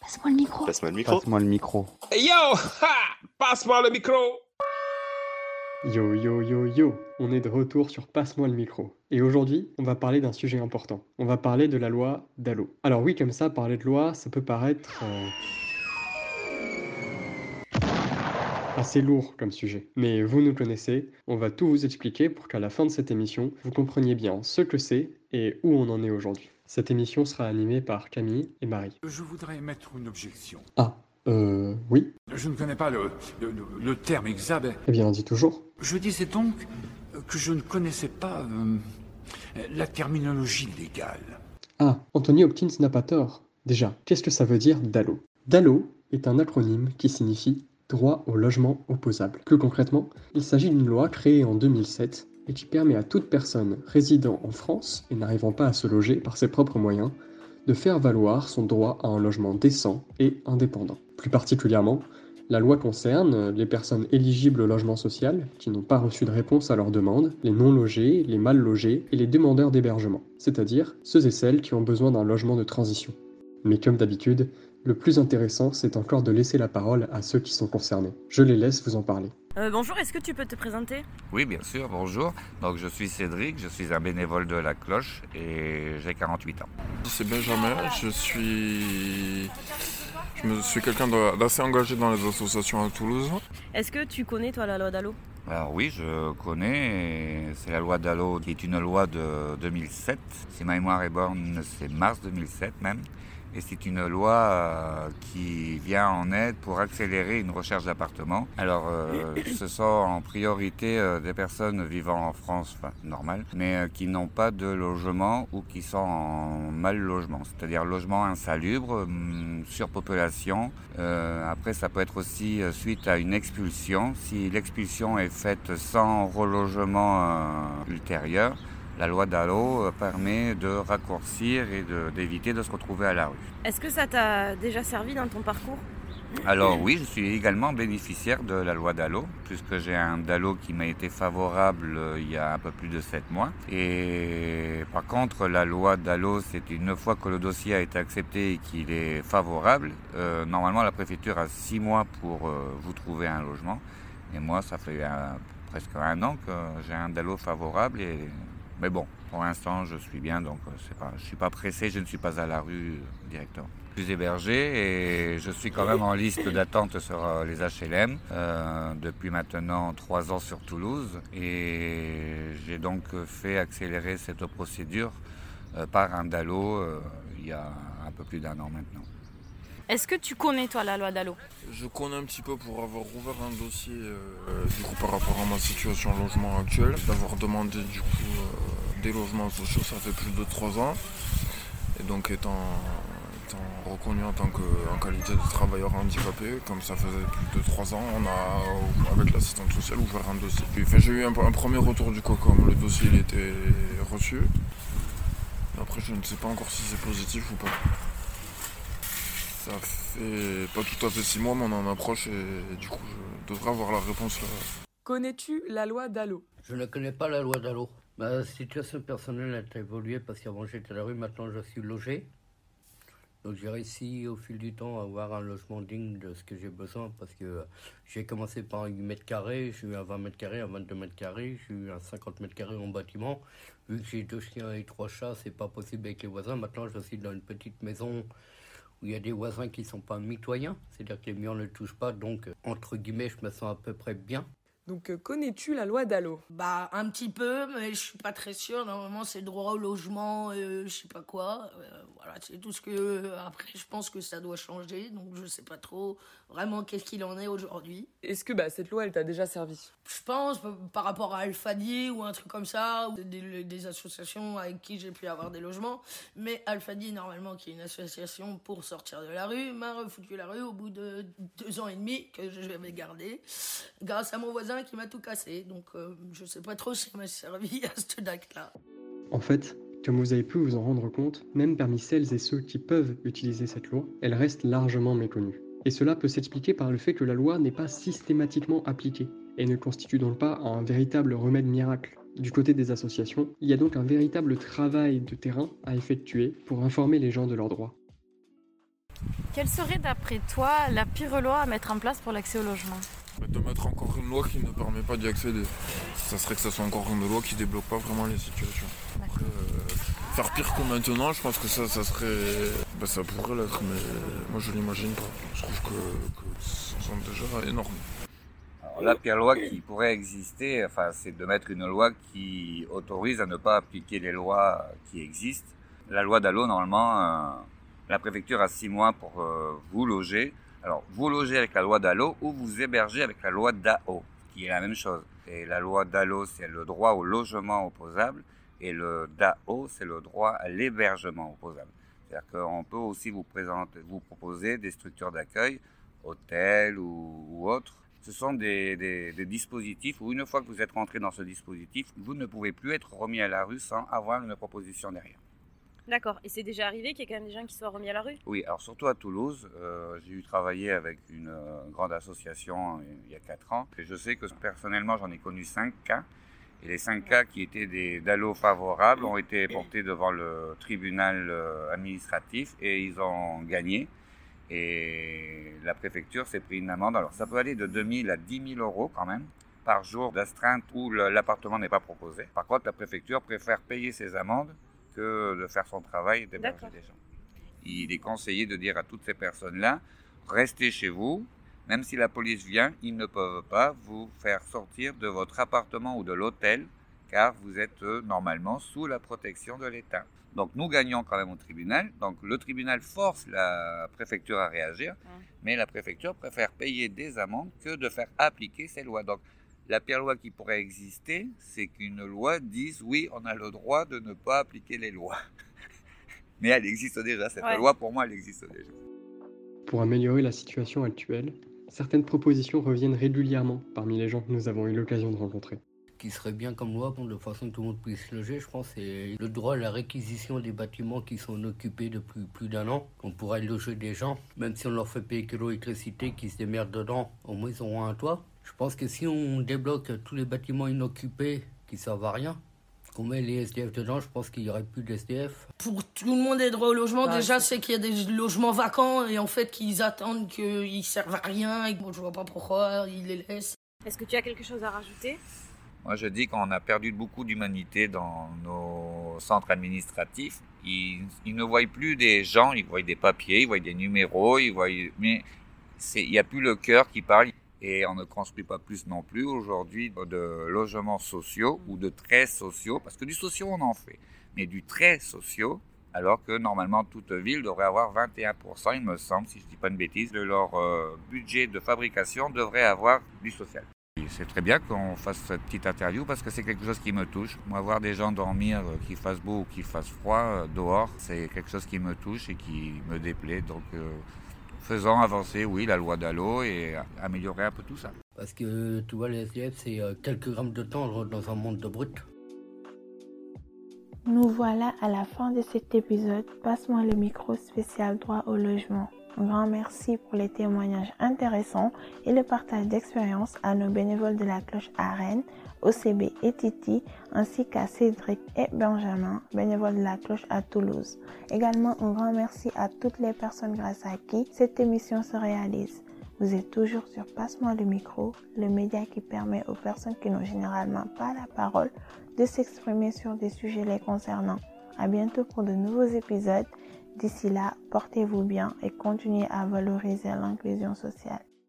Passe-moi le micro. Passe-moi le micro. Passe-moi le micro. Hey yo, ha, passe-moi le micro. Yo yo yo yo, on est de retour sur Passe-moi le micro. Et aujourd'hui, on va parler d'un sujet important. On va parler de la loi DALO. Alors oui, comme ça, parler de loi, ça peut paraître assez lourd comme sujet. Mais vous nous connaissez, on va tout vous expliquer pour qu'à la fin de cette émission, vous compreniez bien ce que c'est et où on en est aujourd'hui. Cette émission sera animée par Camille et Marie. Je voudrais émettre une objection. Oui. Je ne connais pas le terme exact. Eh bien, on dit toujours. Je disais donc que je ne connaissais pas la terminologie légale. Ah, Anthony Hopkins n'a pas tort. Déjà, qu'est-ce que ça veut dire DALO? DALO est un acronyme qui signifie droit au logement opposable. Plus concrètement, il s'agit d'une loi créée en 2007 et qui permet à toute personne résidant en France et n'arrivant pas à se loger par ses propres moyens de faire valoir son droit à un logement décent et indépendant. Plus particulièrement, la loi concerne les personnes éligibles au logement social qui n'ont pas reçu de réponse à leur demande, les non-logés, les mal logés et les demandeurs d'hébergement, c'est-à-dire ceux et celles qui ont besoin d'un logement de transition. Mais comme d'habitude, le plus intéressant, c'est encore de laisser la parole à ceux qui sont concernés. Je les laisse vous en parler. Bonjour, est-ce que tu peux te présenter ? Oui, bien sûr, bonjour. Donc, je suis Cédric, je suis un bénévole de la Cloche et j'ai 48 ans. C'est Benjamin, je suis quelqu'un d'assez engagé dans les associations à Toulouse. Est-ce que tu connais, toi, la loi DALO ? Alors oui, je connais, c'est la loi DALO qui est une loi de 2007. Si ma mémoire est bonne, c'est mars 2007 même. Et c'est une loi qui vient en aide pour accélérer une recherche d'appartements. Alors, ce sont en priorité des personnes vivant en France, enfin, normal, mais qui n'ont pas de logement ou qui sont en mal logement, c'est-à-dire logement insalubre, surpopulation. Après, ça peut être aussi suite à une expulsion. Si l'expulsion est faite sans relogement ultérieur, la loi DALO permet de raccourcir et d'éviter de se retrouver à la rue. Est-ce que ça t'a déjà servi dans ton parcours ? Alors oui, je suis également bénéficiaire de la loi DALO, puisque j'ai un DALO qui m'a été favorable il y a un peu plus de 7 mois. Et par contre, la loi DALO, c'est une fois que le dossier a été accepté et qu'il est favorable, normalement la préfecture a 6 mois pour vous trouver un logement. Et moi, ça fait presque 1 an que j'ai un DALO favorable. Mais bon, pour l'instant, je suis bien, donc je ne suis pas pressé, je ne suis pas à la rue directement. Je suis hébergé et je suis quand même en liste d'attente sur les HLM depuis maintenant 3 ans sur Toulouse. Et j'ai donc fait accélérer cette procédure par un DALO il y a un peu plus d'1 an maintenant. Est-ce que tu connais, toi, la loi DALO ? Je connais un petit peu pour avoir ouvert un dossier du coup, par rapport à ma situation logement actuelle, d'avoir demandé du coup des logements sociaux, ça fait plus de 3 ans. Et donc étant reconnu en qualité de travailleur handicapé, comme ça faisait plus de 3 ans, on a, avec l'assistante sociale, ouvert un dossier. Enfin, j'ai eu un premier retour du COCOM, le dossier il était reçu. Après, je ne sais pas encore si c'est positif ou pas. Ça fait pas tout à fait 6 mois, mais on en approche et du coup, je devrais avoir la réponse là. Connais-tu la loi DALO ? Je ne connais pas la loi DALO. Ma situation personnelle a évolué parce qu'avant j'étais à la rue, maintenant je suis logé. Donc j'ai réussi au fil du temps à avoir un logement digne de ce que j'ai besoin parce que j'ai commencé par un 8 mètres carrés, j'ai eu un 20 mètres carrés, un 22 mètres carrés, j'ai eu un 50 mètres carrés en bâtiment. Vu que j'ai 2 chiens et 3 chats, c'est pas possible avec les voisins. Maintenant je suis dans une petite maison où il y a des voisins qui ne sont pas mitoyens, c'est-à-dire que les murs ne touchent pas, donc entre guillemets, je me sens à peu près bien. Donc connais-tu la loi DALO ? Un petit peu, mais je suis pas très sûr. Normalement, c'est droit au logement, je sais pas quoi. Voilà, c'est tout ce que... Après, je pense que ça doit changer, donc je sais pas trop vraiment qu'est-ce qu'il en est aujourd'hui. Est-ce que cette loi, elle t'a déjà servi ? Je pense, par rapport à Alphadi ou un truc comme ça, ou des associations avec qui j'ai pu avoir des logements. Mais Alphadi, normalement, qui est une association pour sortir de la rue, m'a refoutu la rue au bout de 2 ans et demi que je vais garder, grâce à mon voisin qui m'a tout cassé. Donc, je sais pas trop si ça m'a servi à ce acte-là. En fait, comme vous avez pu vous en rendre compte, même parmi celles et ceux qui peuvent utiliser cette loi, elle reste largement méconnue. Et cela peut s'expliquer par le fait que la loi n'est pas systématiquement appliquée et ne constitue donc pas un véritable remède miracle. Du côté des associations, il y a donc un véritable travail de terrain à effectuer pour informer les gens de leurs droits. Quelle serait d'après toi la pire loi à mettre en place pour l'accès au logement ? De mettre encore une loi qui ne permet pas d'y accéder. Ça serait que ce soit encore une loi qui débloque pas vraiment les situations. Après, faire pire que maintenant, je pense que ça serait... ça pourrait l'être, mais moi je l'imagine pas. Je trouve que ça semble déjà énorme. Alors, la pire loi qui pourrait exister, c'est de mettre une loi qui autorise à ne pas appliquer les lois qui existent. La loi DALO, normalement, la préfecture a 6 mois pour vous loger. Alors, vous logez avec la loi DALO ou vous hébergez avec la loi DAO, qui est la même chose. Et la loi DALO, c'est le droit au logement opposable, et le DAO, c'est le droit à l'hébergement opposable. C'est-à-dire qu'on peut aussi vous proposer des structures d'accueil, hôtels ou autres. Ce sont des dispositifs où une fois que vous êtes rentré dans ce dispositif, vous ne pouvez plus être remis à la rue sans avoir une proposition derrière. D'accord. Et c'est déjà arrivé qu'il y ait quand même des gens qui soient remis à la rue ? Oui, alors surtout à Toulouse, j'ai eu travaillé avec une grande association il y a 4 ans. Et je sais que personnellement, j'en ai connu 5 cas. Et les 5 cas qui étaient des DALO favorables ont été portés devant le tribunal administratif et ils ont gagné. Et la préfecture s'est pris une amende. Alors ça peut aller de 2 000 à 10 000 euros quand même par jour d'astreinte où l'appartement n'est pas proposé. Par contre, la préfecture préfère payer ses amendes que de faire son travail et d'héberger des gens. Il est conseillé de dire à toutes ces personnes-là, restez chez vous, même si la police vient, ils ne peuvent pas vous faire sortir de votre appartement ou de l'hôtel, car vous êtes normalement sous la protection de l'État. Donc nous gagnons quand même au tribunal, donc le tribunal force la préfecture à réagir, mais la préfecture préfère payer des amendes que de faire appliquer ces lois. Donc la pire loi qui pourrait exister, c'est qu'une loi dise oui, on a le droit de ne pas appliquer les lois. Mais elle existe déjà, cette loi pour moi elle existe déjà. Pour améliorer la situation actuelle, certaines propositions reviennent régulièrement parmi les gens que nous avons eu l'occasion de rencontrer. Ce qui serait bien comme loi, de façon que tout le monde puisse loger, je pense, c'est le droit à la réquisition des bâtiments qui sont occupés depuis plus d'1 an. On pourrait loger des gens, même si on leur fait payer que l'électricité, qui se démerdent dedans, au moins ils auront un toit. Je pense que si on débloque tous les bâtiments inoccupés qui ne servent à rien, qu'on met les SDF dedans, je pense qu'il n'y aurait plus de SDF. Pour tout le monde ait droit au logement, déjà, c'est qu'il y a des logements vacants et en fait qu'ils attendent qu'ils servent à rien et bon, je vois pas pourquoi ils les laissent. Est-ce que tu as quelque chose à rajouter ? Moi, je dis qu'on a perdu beaucoup d'humanité dans nos centres administratifs. Ils ne voient plus des gens, ils voient des papiers, ils voient des numéros, mais il n'y a plus le cœur qui parle. Et on ne construit pas plus non plus aujourd'hui de logements sociaux ou de très sociaux, parce que du social on en fait, mais du très sociaux, alors que normalement toute ville devrait avoir 21%, il me semble, si je ne dis pas une bêtise, de leur budget de fabrication devrait avoir du social. Et c'est très bien qu'on fasse cette petite interview parce que c'est quelque chose qui me touche. Moi, voir des gens dormir, qu'il fasse beau ou qu'il fasse froid dehors, c'est quelque chose qui me touche et qui me déplaît. Donc, faisons avancer, oui, la loi DALO et améliorer un peu tout ça. Parce que, tu vois, les SDF, c'est quelques grammes de tendre dans un monde de brut. Nous voilà à la fin de cet épisode. Passe-moi le micro spécial droit au logement. Un grand merci pour les témoignages intéressants et le partage d'expériences à nos bénévoles de la cloche à Rennes, OCB et Titi, ainsi qu'à Cédric et Benjamin, bénévoles de la cloche à Toulouse. Également, un grand merci à toutes les personnes grâce à qui cette émission se réalise. Vous êtes toujours sur Passe-moi le micro, le média qui permet aux personnes qui n'ont généralement pas la parole de s'exprimer sur des sujets les concernant. À bientôt pour de nouveaux épisodes. D'ici là, portez-vous bien et continuez à valoriser l'inclusion sociale.